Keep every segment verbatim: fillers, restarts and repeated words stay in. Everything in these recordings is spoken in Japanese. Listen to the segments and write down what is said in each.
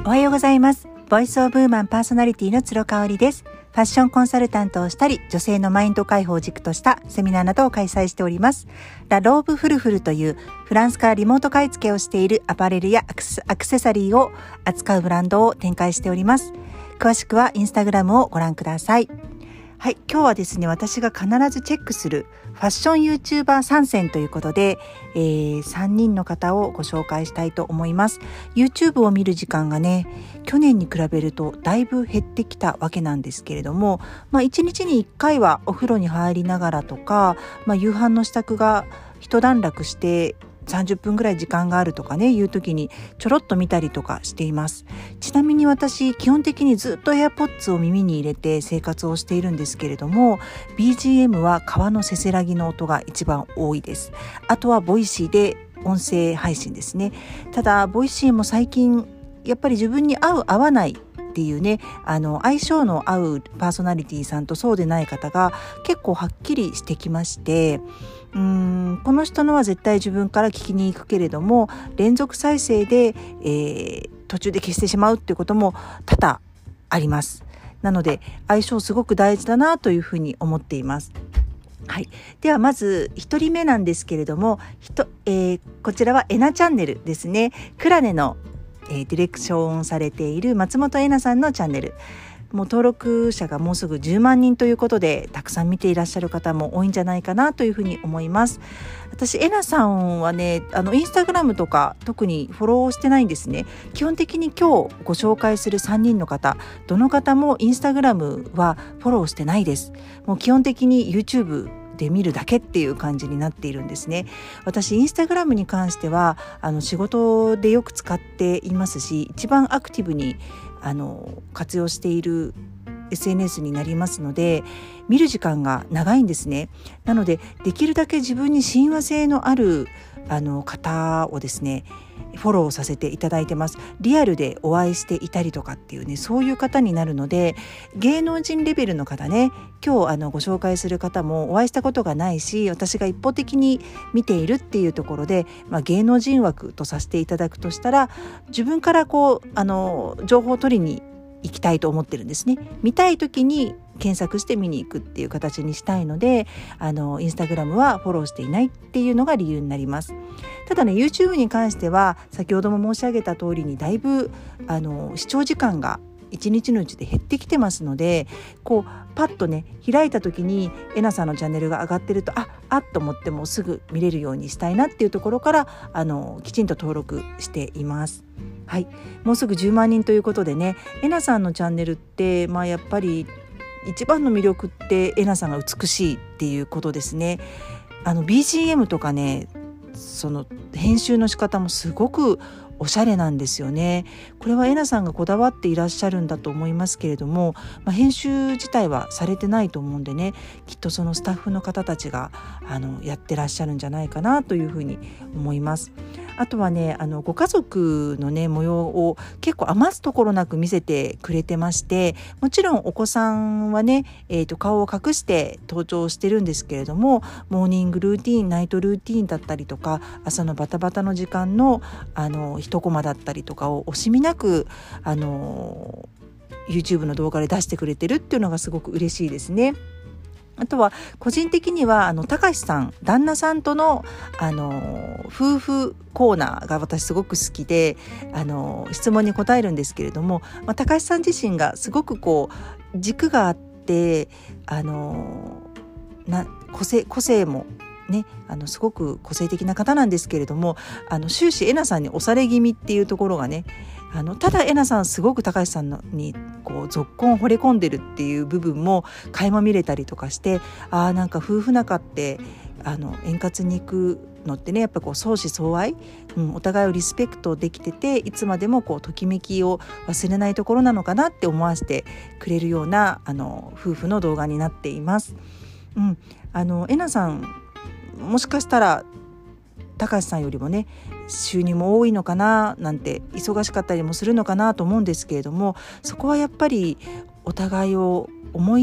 おはようございます。ボイスオブウーマンパーソナリティの鶴香織です。ファッションコンサルタントをしたり、女性のマインド解放を軸としたセミナーなどを開催しております。ラ・ローブ・フルフルというフランスからリモート買い付けをしているアパレルやアクセ、アクセサリーを扱うブランドを展開しております。詳しくはインスタグラムをご覧ください。はい、今日はですね、私が必ずチェックするファッション YouTuber 参戦ということで、えー、さんにんの方をご紹介したいと思います。YouTube を見る時間がね、去年に比べるとだいぶ減ってきたわけなんですけれども、まあ、いちにちにいっかいはお風呂に入りながらとか、まあ、夕飯の支度が一段落してさんじゅっぷんぐらい時間があるとかね、いう時にちょろっと見たりとかしています。ちなみに私、基本的にずっと AirPods を耳に入れて生活をしているんですけれども、 ビージーエム は川のせせらぎの音が一番多いです。あとはボイシーで音声配信ですね。ただボイシーも最近やっぱり自分に合う合わないっていうね、あの相性の合うパーソナリティさんとそうでない方が結構はっきりしてきまして、うーんこの人のは絶対自分から聞きに行くけれども、連続再生で、えー、途中で消してしまうっていうことも多々あります。なので相性すごく大事だなというふうに思っています。はい、ではまずひとりめなんですけれども、ひと、えー、こちらはエナチャンネルですね。クラネのえー、ディレクションされている松本えなさんのチャンネル、もう登録者がもうすぐじゅうまんにんということで、たくさん見ていらっしゃる方も多いんじゃないかなというふうに思います。私えなさんはね、あのインスタグラムとか特にフォローしてないんですね。基本的に今日ご紹介するさんにんの方、どの方もインスタグラムはフォローしてないです。もう基本的に YouTubeで見るだけっていう感じになっているんですね。私インスタグラムに関してはあの仕事でよく使っていますし、一番アクティブにあの活用している エスエヌエス になりますので、見る時間が長いんですね。なのでできるだけ自分に親和性のあるあの方をですねフォローさせていただいてます。リアルでお会いしていたりとかっていうね、そういう方になるので、芸能人レベルの方ね、今日あのご紹介する方もお会いしたことがないし、私が一方的に見ているっていうところで、まあ、芸能人枠とさせていただくとしたら、自分からこうあの情報を取りに行きたいと思ってるんですね。見たい時に検索して見に行くっていう形にしたいので、あのインスタグラムはフォローしていないっていうのが理由になります。ただね、 YouTube に関しては先ほども申し上げた通りにだいぶあの視聴時間がいちにちのうちで減ってきてますので、こうパッとね開いた時にえなさんのチャンネルが上がってると、ああっと思ってもすぐ見れるようにしたいなっていうところから、あのきちんと登録しています。はい、もうすぐじゅうまんにんということでね、えなさんのチャンネルって、まあ、やっぱり一番の魅力ってえなさんが美しいっていうことですね。あの ビージーエム とかね、その編集の仕方もすごくおしゃれなんですよね。これはえなさんがこだわっていらっしゃるんだと思いますけれども、まあ、編集自体はされてないと思うんでね、きっとそのスタッフの方たちがあのやってらっしゃるんじゃないかなというふうに思います。あとはね、あのご家族のね模様を結構余すところなく見せてくれてまして、もちろんお子さんはね、えーと、顔を隠して登場してるんですけれども、モーニングルーティン、ナイトルーティンだったりとか、朝のバタバタの時間のあの一コマだったりとかを惜しみなくあの YouTube の動画で出してくれてるっていうのがすごく嬉しいですね。あとは個人的にはあのたかしさん、旦那さんとのあの夫婦コーナーが私すごく好きで、あの質問に答えるんですけれども、まあ、たかしさん自身がすごくこう軸があって、あのな個性個性もね、あのすごく個性的な方なんですけれども、あの終始えなさんに押され気味っていうところがね、あのただえなさんすごく高橋さんのにこうぞっこん惚れ込んでるっていう部分も垣間見れたりとかして、あーなんか夫婦仲ってあの円滑にいくのってね、やっぱこう相思相愛、うん、お互いをリスペクトできてて、いつまでもこうときめきを忘れないところなのかなって思わせてくれるようなあの夫婦の動画になっています。うん、あのえなさんもしかしたら高橋さんよりもね収入も多いのかななんて、忙しかったりもするのかなと思うんですけれども、そこはやっぱりお互いを思いやっ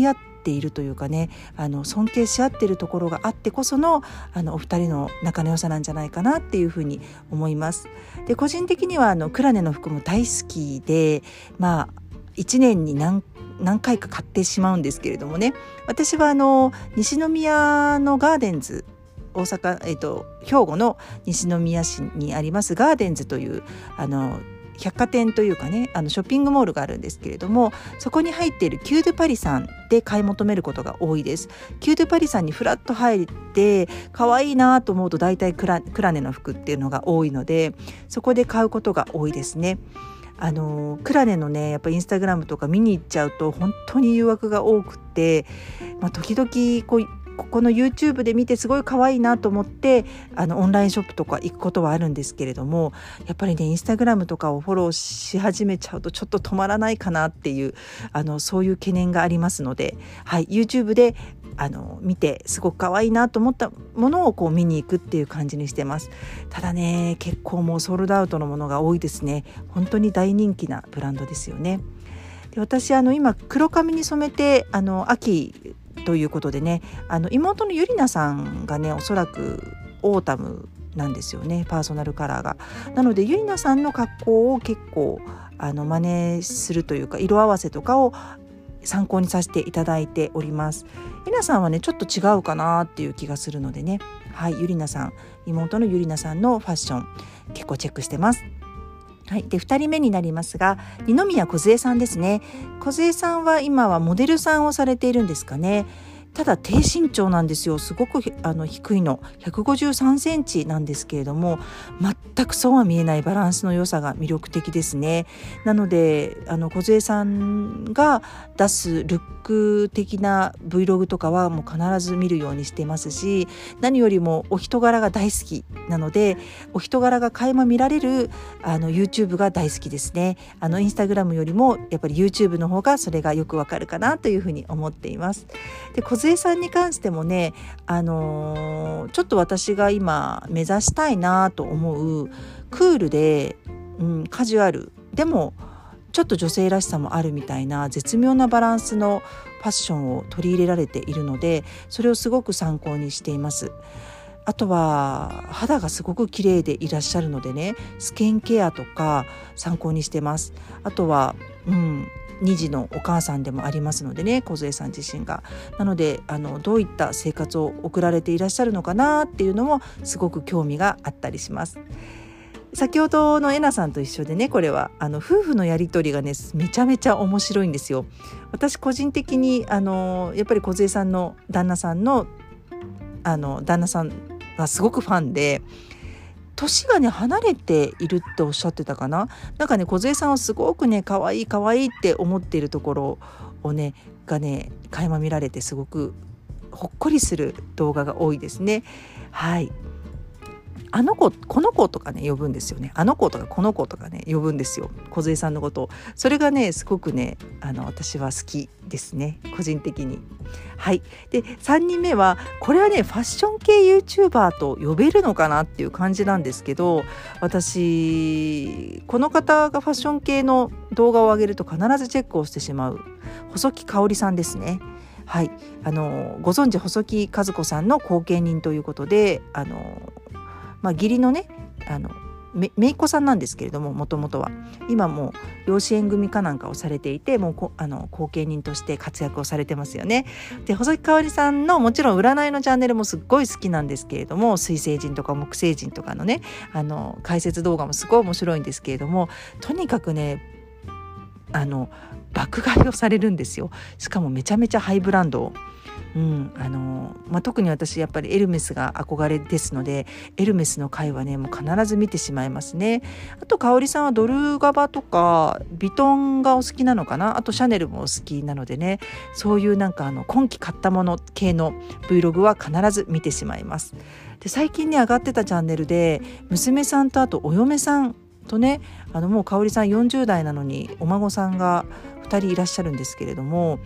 っているというかね、あの尊敬し合っているところがあってこそのあのお二人の仲の良さなんじゃないかなっていうふうに思います。で個人的にはあのクラネの服も大好きで、まあいちねんに何何回か買ってしまうんですけれどもね、私はあの西宮のガーデンズ、大阪、えっと、兵庫の西宮市にありますガーデンズというあの百貨店というかね、あのショッピングモールがあるんですけれども、そこに入っているキュードゥパリさんで買い求めることが多いです。キュードゥパリさんにフラッと入って可愛いなと思うと大体クラ、クラネの服っていうのが多いので、そこで買うことが多いですね。あのクラネのねやっぱインスタグラムとか見に行っちゃうと本当に誘惑が多くて、まあ、時々こうここの YouTube で見てすごい可愛いなと思ってあのオンラインショップとか行くことはあるんですけれども、やっぱりねインスタグラムとかをフォローし始めちゃうとちょっと止まらないかなっていうあのそういう懸念がありますので、はい、YouTube であの見てすごく可愛いなと思ったものをこう見に行くっていう感じにしてます。ただね結構もうソールドアウトのものが多いですね。本当に大人気なブランドですよね。で私あの今黒髪に染めてあの秋ということでね、あの妹のゆりなさんがねおそらくオータムなんですよね、パーソナルカラーが。なのでゆりなさんの格好を結構あの真似するというか色合わせとかを参考にさせていただいております。ゆりなさんはねちょっと違うかなっていう気がするのでね、はい、ゆりなさん、妹のゆりなさんのファッション結構チェックしてます。はい、でふたりめになりますが二宮梢さんですね。梢さんは今はモデルさんをされているんですかね。ただ低身長なんですよ。すごくあの低いのひゃくごじゅうさんセンチなんですけれども、全くそうは見えないバランスの良さが魅力的ですね。なのであの梢さんが出すルック的な Vlog とかはもう必ず見るようにしてますし、何よりもお人柄が大好きなのでお人柄が垣間見られるあの YouTube が大好きですね。あの Instagram よりもやっぱり YouTube の方がそれがよくわかるかなというふうに思っています。で梢さんに関してもね、あのー、ちょっと私が今目指したいなと思うクールで、うん、カジュアルでもちょっと女性らしさもあるみたいな絶妙なバランスのファッションを取り入れられているので、それをすごく参考にしています。あとは肌がすごく綺麗でいらっしゃるのでね、スキンケアとか参考にしてます。あとは、うん、に児のお母さんでもありますのでね、梢さん自身が。なのであのどういった生活を送られていらっしゃるのかなっていうのもすごく興味があったりします。先ほどのえなさんと一緒でね、これはあの夫婦のやり取りがねめちゃめちゃ面白いんですよ。私個人的にあのやっぱり梢さんの旦那さんのあの旦那さんがすごくファンで、年がね離れているっておっしゃってたかな。なんかね梢さんはすごくね可愛い可愛いって思っているところをねがね垣間見られて、すごくほっこりする動画が多いですね。はい、あの子この子とかね呼ぶんですよね。あの子とかこの子とかね呼ぶんですよ、梢さんのことを。それがねすごくねあの私は好きですね、個人的に。はい、でさんにんめはこれはねファッション系 YouTuber と呼べるのかなっていう感じなんですけど、私この方がファッション系の動画を上げると必ずチェックをしてしまう細木かおりさんですね。はい、あのご存知細木和子さんの後見人ということで、あのまあ、義理のねあのめ姪っ子さんなんですけれども、もともとは今もう養子縁組かなんかをされていて、もうこあの後見人として活躍をされてますよね。で細木かおりさんのもちろん占いのチャンネルもすっごい好きなんですけれども、水星人とか木星人とかのねあの解説動画もすごい面白いんですけれども、とにかくねあの爆買いをされるんですよ。しかもめちゃめちゃハイブランドをうんあのまあ、特に私やっぱりエルメスが憧れですので、エルメスの回はねもう必ず見てしまいますね。あと香織さんはドルガバとかヴィトンがお好きなのかな、あとシャネルもお好きなのでね、そういうなんかあの今期買ったもの系の Vlog は必ず見てしまいます。で最近ね上がってたチャンネルで娘さんとあとお嫁さんとね、あのもう香織さんよんじゅう代なのにお孫さんがふたりいらっしゃるんですけれども、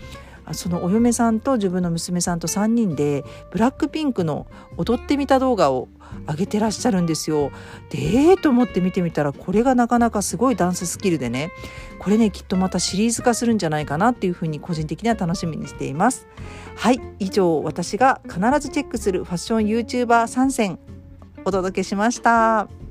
そのお嫁さんと自分の娘さんとさんにんでブラックピンクの踊ってみた動画を上げてらっしゃるんですよ。でえーと思って見てみたら、これがなかなかすごいダンススキルでね、これねきっとまたシリーズ化するんじゃないかなっていうふうに個人的には楽しみにしています。はい、以上私が必ずチェックするファッション YouTuber 参戦お届けしました。